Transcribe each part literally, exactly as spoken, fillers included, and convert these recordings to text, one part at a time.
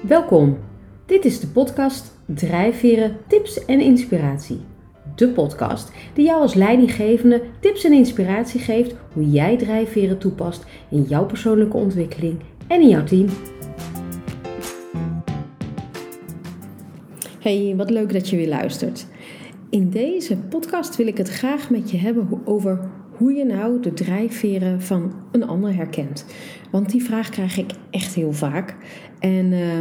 Welkom, dit is de podcast Drijfveren, Tips en Inspiratie. De podcast die jou als leidinggevende tips en inspiratie geeft hoe jij drijfveren toepast in jouw persoonlijke ontwikkeling en in jouw team. Hey, wat leuk dat je weer luistert. In deze podcast wil ik het graag met je hebben over hoe je nou de drijfveren van een ander herkent. Want die vraag krijg ik echt heel vaak. En uh,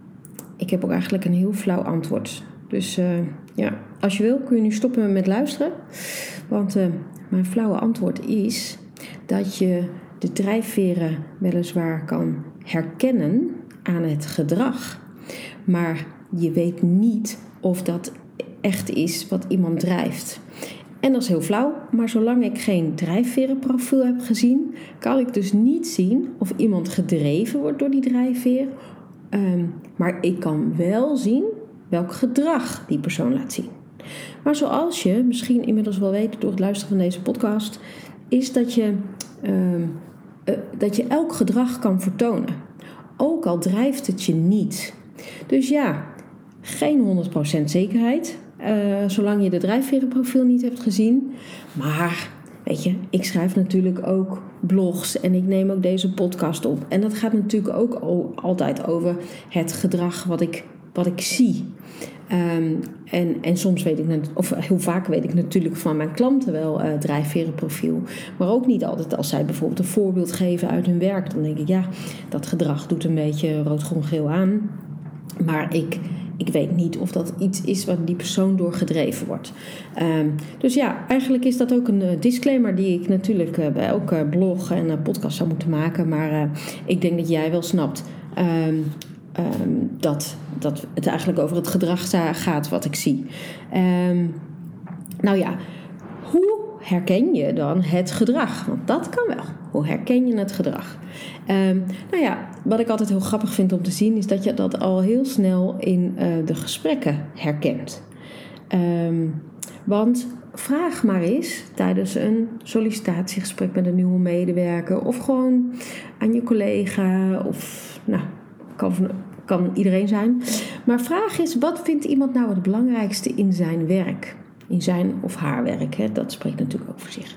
ik heb ook eigenlijk een heel flauw antwoord. Dus uh, ja, als je wil kun je nu stoppen met luisteren. Want uh, mijn flauwe antwoord is dat je de drijfveren weliswaar kan herkennen aan het gedrag. Maar je weet niet of dat echt is wat iemand drijft. En dat is heel flauw, maar zolang ik geen drijfverenprofiel heb gezien, kan ik dus niet zien of iemand gedreven wordt door die drijfveer. Um, maar ik kan wel zien welk gedrag die persoon laat zien. Maar zoals je misschien inmiddels wel weet door het luisteren van deze podcast, is dat je, um, uh, dat je elk gedrag kan vertonen. Ook al drijft het je niet. Dus ja, geen honderd procent zekerheid. Uh, zolang je de drijfverenprofiel niet hebt gezien. Maar, weet je, ik schrijf natuurlijk ook blogs en ik neem ook deze podcast op. En dat gaat natuurlijk ook altijd over het gedrag wat ik, wat ik zie. Um, en, en soms weet ik, of heel vaak weet ik natuurlijk van mijn klanten wel uh, drijfverenprofiel. Maar ook niet altijd als zij bijvoorbeeld een voorbeeld geven uit hun werk. Dan denk ik, ja, dat gedrag doet een beetje rood, groen, geel aan. Maar ik... Ik weet niet of dat iets is waar die persoon door gedreven wordt. Um, dus ja, eigenlijk is dat ook een uh, disclaimer die ik natuurlijk uh, bij elke blog en uh, podcast zou moeten maken. Maar uh, ik denk dat jij wel snapt um, um, dat, dat het eigenlijk over het gedrag gaat wat ik zie. Um, nou ja, hoe herken je dan het gedrag? Want dat kan wel. Hoe herken je het gedrag? Um, nou ja, wat ik altijd heel grappig vind om te zien is dat je dat al heel snel in uh, de gesprekken herkent. Um, want vraag maar eens tijdens een sollicitatiegesprek met een nieuwe medewerker of gewoon aan je collega of nou, kan, kan iedereen zijn. Maar vraag eens, wat vindt iemand nou het belangrijkste in zijn werk? In zijn of haar werk, hè? Dat spreekt natuurlijk ook voor zich.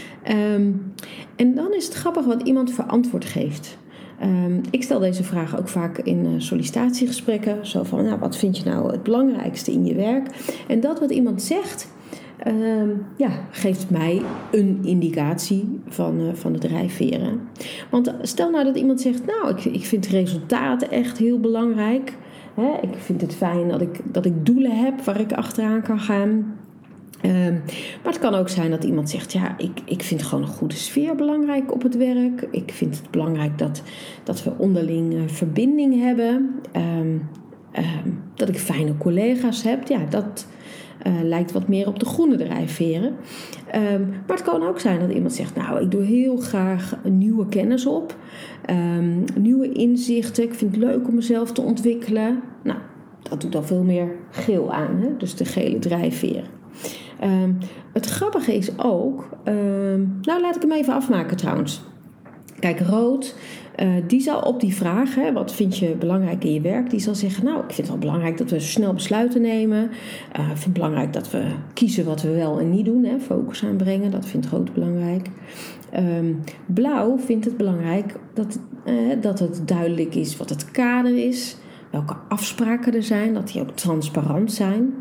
Um, en dan is het grappig wat iemand voor antwoord geeft. Um, ik stel deze vraag ook vaak in uh, sollicitatiegesprekken. Zo van, nou, wat vind je nou het belangrijkste in je werk? En dat wat iemand zegt, um, ja, geeft mij een indicatie van, uh, van de drijfveren. Want stel nou dat iemand zegt, nou, ik, ik vind resultaten echt heel belangrijk. Hè? Ik vind het fijn dat ik, dat ik doelen heb waar ik achteraan kan gaan. Um, maar het kan ook zijn dat iemand zegt, ja, ik, ik vind gewoon een goede sfeer belangrijk op het werk. Ik vind het belangrijk dat, dat we onderling uh, verbinding hebben. Um, um, dat ik fijne collega's heb. Ja, dat uh, lijkt wat meer op de groene drijfveren. Um, maar het kan ook zijn dat iemand zegt, nou, ik doe heel graag nieuwe kennis op. Um, nieuwe inzichten. Ik vind het leuk om mezelf te ontwikkelen. Nou, dat doet al veel meer geel aan, hè? Dus de gele drijfveer. Um, het grappige is ook, um, nou laat ik hem even afmaken trouwens. Kijk, rood, uh, die zal op die vraag, hè, wat vind je belangrijk in je werk, die zal zeggen, nou, ik vind het wel belangrijk dat we snel besluiten nemen. Uh, ik vind het belangrijk dat we kiezen wat we wel en niet doen, hè, focus aanbrengen, dat vindt rood belangrijk. Um, blauw vindt het belangrijk dat, uh, dat het duidelijk is wat het kader is, welke afspraken er zijn, dat die ook transparant zijn.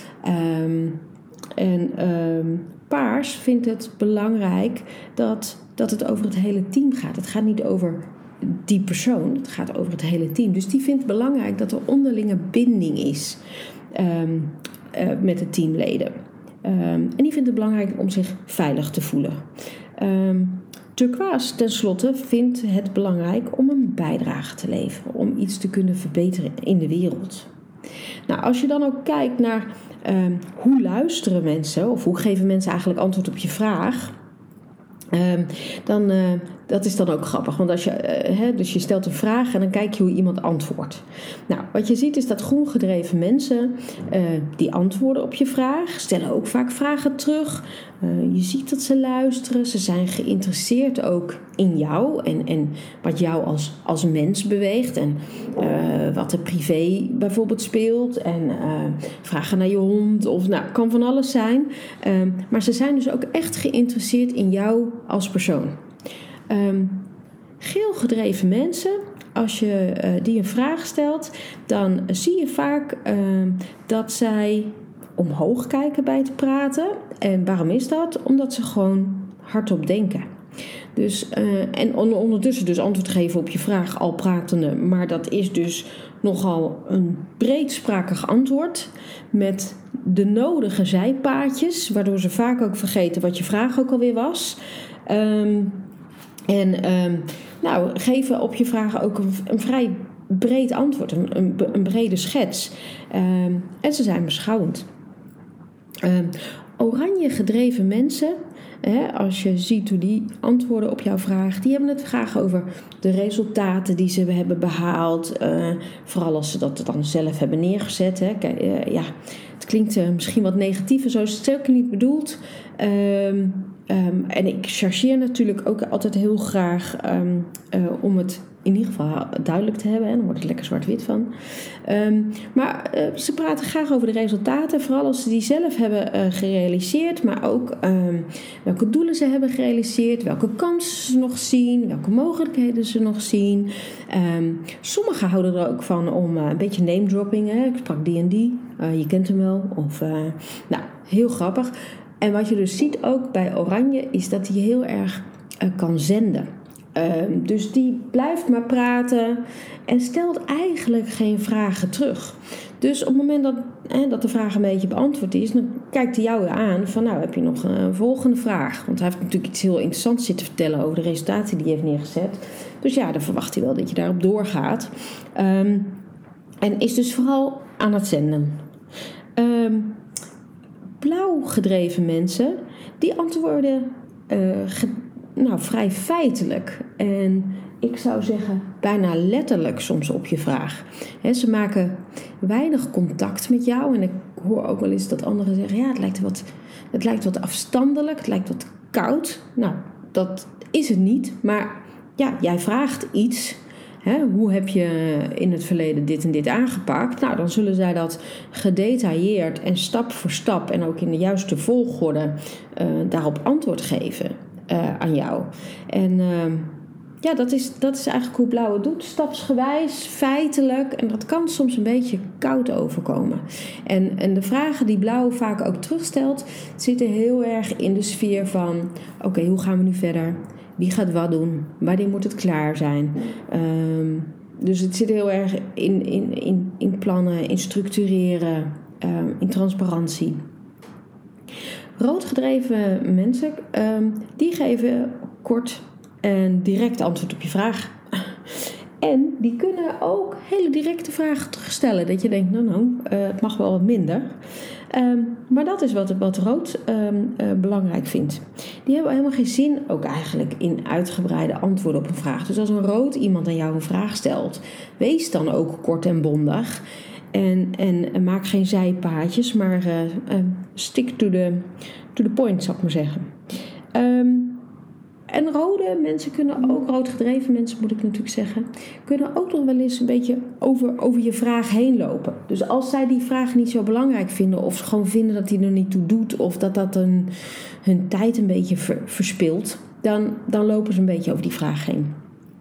Um, En um, paars vindt het belangrijk dat, dat het over het hele team gaat. Het gaat niet over die persoon, het gaat over het hele team. Dus die vindt het belangrijk dat er onderlinge binding is um, uh, met de teamleden. Um, en die vindt het belangrijk om zich veilig te voelen. Um, Turquoise tenslotte vindt het belangrijk om een bijdrage te leveren. Om iets te kunnen verbeteren in de wereld. Nou, als je dan ook kijkt naar um, hoe luisteren mensen, of hoe geven mensen eigenlijk antwoord op je vraag, um, dan, uh, dat is dan ook grappig. Want als je, uh, hè, dus je stelt een vraag en dan kijk je hoe iemand antwoordt. Nou, wat je ziet is dat groen gedreven mensen, uh, die antwoorden op je vraag, stellen ook vaak vragen terug. Uh, je ziet dat ze luisteren. Ze zijn geïnteresseerd ook in jou en, en wat jou als, als mens beweegt. En uh, wat er privé bijvoorbeeld speelt. En uh, vragen naar je hond. Of nou, kan van alles zijn. Uh, maar ze zijn dus ook echt geïnteresseerd in jou als persoon. Um, geel gedreven mensen, als je uh, die een vraag stelt, dan zie je vaak uh, dat zij omhoog kijken bij het praten. En waarom is dat? Omdat ze gewoon hardop denken. Dus, uh, en ondertussen dus antwoord geven op je vraag al pratende. Maar dat is dus nogal een breedsprakig antwoord met de nodige zijpaadjes, waardoor ze vaak ook vergeten wat je vraag ook alweer was. Um, en um, nou, geven op je vragen ook een, een vrij breed antwoord, een, een, een brede schets. Um, en ze zijn beschouwend. Um, oranje gedreven mensen, hè, als je ziet hoe die antwoorden op jouw vraag, die hebben het graag over de resultaten die ze hebben behaald. Uh, vooral als ze dat dan zelf hebben neergezet. Hè. Kijk, uh, ja, het klinkt uh, misschien wat negatief, zo is het zeker niet bedoeld. Um, um, en ik chargeer natuurlijk ook altijd heel graag um, uh, om het in ieder geval duidelijk te hebben. Hè? Dan wordt het lekker zwart-wit van. Um, maar uh, ze praten graag over de resultaten. Vooral als ze die zelf hebben uh, gerealiseerd. Maar ook um, welke doelen ze hebben gerealiseerd. Welke kansen ze nog zien. Welke mogelijkheden ze nog zien. Um, sommigen houden er ook van om uh, een beetje name dropping. Hè? Ik sprak die en die. Uh, je kent hem wel. Of, uh, nou, heel grappig. En wat je dus ziet ook bij oranje is dat hij heel erg uh, kan zenden. Uh, dus die blijft maar praten en stelt eigenlijk geen vragen terug. Dus op het moment dat, hè, dat de vraag een beetje beantwoord is, dan kijkt hij jou aan van nou heb je nog een volgende vraag. Want hij heeft natuurlijk iets heel interessants zitten vertellen over de resultaten die hij heeft neergezet. Dus ja, dan verwacht hij wel dat je daarop doorgaat. Um, en is dus vooral aan het zenden. Um, blauw gedreven mensen, die antwoorden uh, ge- nou, vrij feitelijk. En ik zou zeggen bijna letterlijk soms op je vraag. He, ze maken weinig contact met jou. En ik hoor ook wel eens dat anderen zeggen, ja, het lijkt wat, het lijkt wat afstandelijk, het lijkt wat koud. Nou, dat is het niet. Maar ja, jij vraagt iets. He, hoe heb je in het verleden dit en dit aangepakt? Nou, dan zullen zij dat gedetailleerd en stap voor stap en ook in de juiste volgorde uh, daarop antwoord geven uh, aan jou. En uh, ja, dat is, dat is eigenlijk hoe Blauw het doet. Stapsgewijs, feitelijk. En dat kan soms een beetje koud overkomen. En, en de vragen die Blauw vaak ook terugstelt, zitten heel erg in de sfeer van oké, okay, hoe gaan we nu verder? Wie gaat wat doen? Wanneer moet het klaar zijn? Um, dus het zit heel erg in, in, in, in plannen, in structureren, um, in transparantie. Roodgedreven mensen, um, die geven kort en direct antwoord op je vraag. En die kunnen ook hele directe vragen terugstellen. Dat je denkt, nou nou, uh, het mag wel wat minder. Um, maar dat is wat, wat rood um, uh, belangrijk vindt. Die hebben helemaal geen zin ook eigenlijk in uitgebreide antwoorden op een vraag. Dus als een rood iemand aan jou een vraag stelt, wees dan ook kort en bondig. En, en, en maak geen zijpaadjes, maar uh, uh, stick to the, to the point, zou ik maar zeggen. Um, En rode mensen kunnen ook, roodgedreven mensen moet ik natuurlijk zeggen, kunnen ook nog wel eens een beetje over, over je vraag heen lopen. Dus als zij die vraag niet zo belangrijk vinden of ze gewoon vinden dat die er niet toe doet of dat dat een, hun tijd een beetje ver, verspilt, dan, dan lopen ze een beetje over die vraag heen.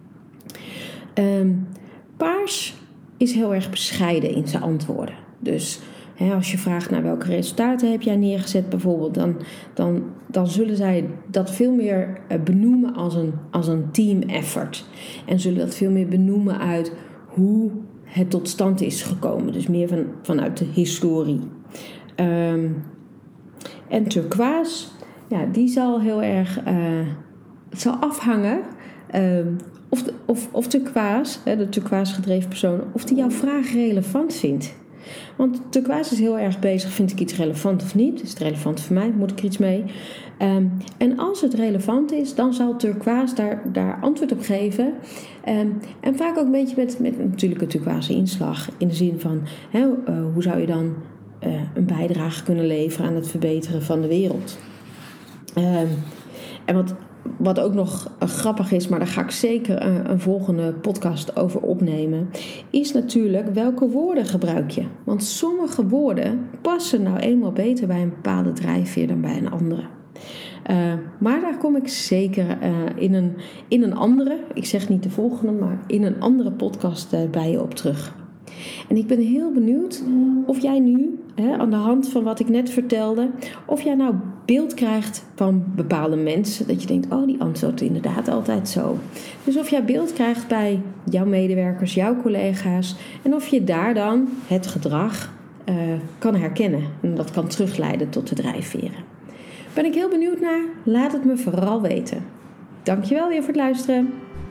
Um, paars is heel erg bescheiden in zijn antwoorden. Dus He, als je vraagt naar welke resultaten heb jij neergezet bijvoorbeeld, dan, dan, dan zullen zij dat veel meer benoemen als een, als een team effort. En zullen dat veel meer benoemen uit hoe het tot stand is gekomen. Dus meer van, vanuit de historie. Um, en turquoise, ja, die zal heel erg uh, het zal afhangen um, of, de, of, of turquoise, de turquoise gedreven persoon, of die jouw vraag relevant vindt. Want turquoise is heel erg bezig, vind ik iets relevant of niet? Is het relevant voor mij? Moet ik er iets mee? Um, en als het relevant is, dan zal turquoise daar, daar antwoord op geven. Um, en vaak ook een beetje met, met natuurlijk een turquoise inslag. In de zin van, hè, uh, hoe zou je dan uh, een bijdrage kunnen leveren aan het verbeteren van de wereld. Um, en wat... Wat ook nog grappig is, maar daar ga ik zeker een, een volgende podcast over opnemen, is natuurlijk welke woorden gebruik je. Want sommige woorden passen nou eenmaal beter bij een bepaalde drijfveer dan bij een andere. Uh, maar daar kom ik zeker uh, in, een, in een andere, ik zeg niet de volgende, maar in een andere podcast uh, bij je op terug. En ik ben heel benieuwd of jij nu, hè, aan de hand van wat ik net vertelde, of jij nou beeld krijgt van bepaalde mensen. Dat je denkt, oh, die antwoorden inderdaad altijd zo. Dus of jij beeld krijgt bij jouw medewerkers, jouw collega's. En of je daar dan het gedrag uh, kan herkennen. En dat kan terugleiden tot de drijfveren. Ben ik heel benieuwd naar? Laat het me vooral weten. Dankjewel weer voor het luisteren.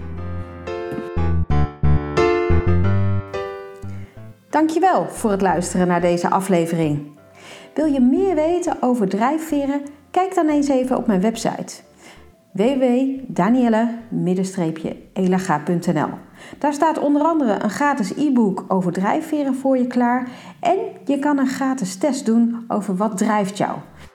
Dankjewel voor het luisteren naar deze aflevering. Wil je meer weten over drijfveren? Kijk dan eens even op mijn website w w w punt danielle elaga punt n l. Daar staat onder andere een gratis e-book over drijfveren voor je klaar en je kan een gratis test doen over wat drijft jou.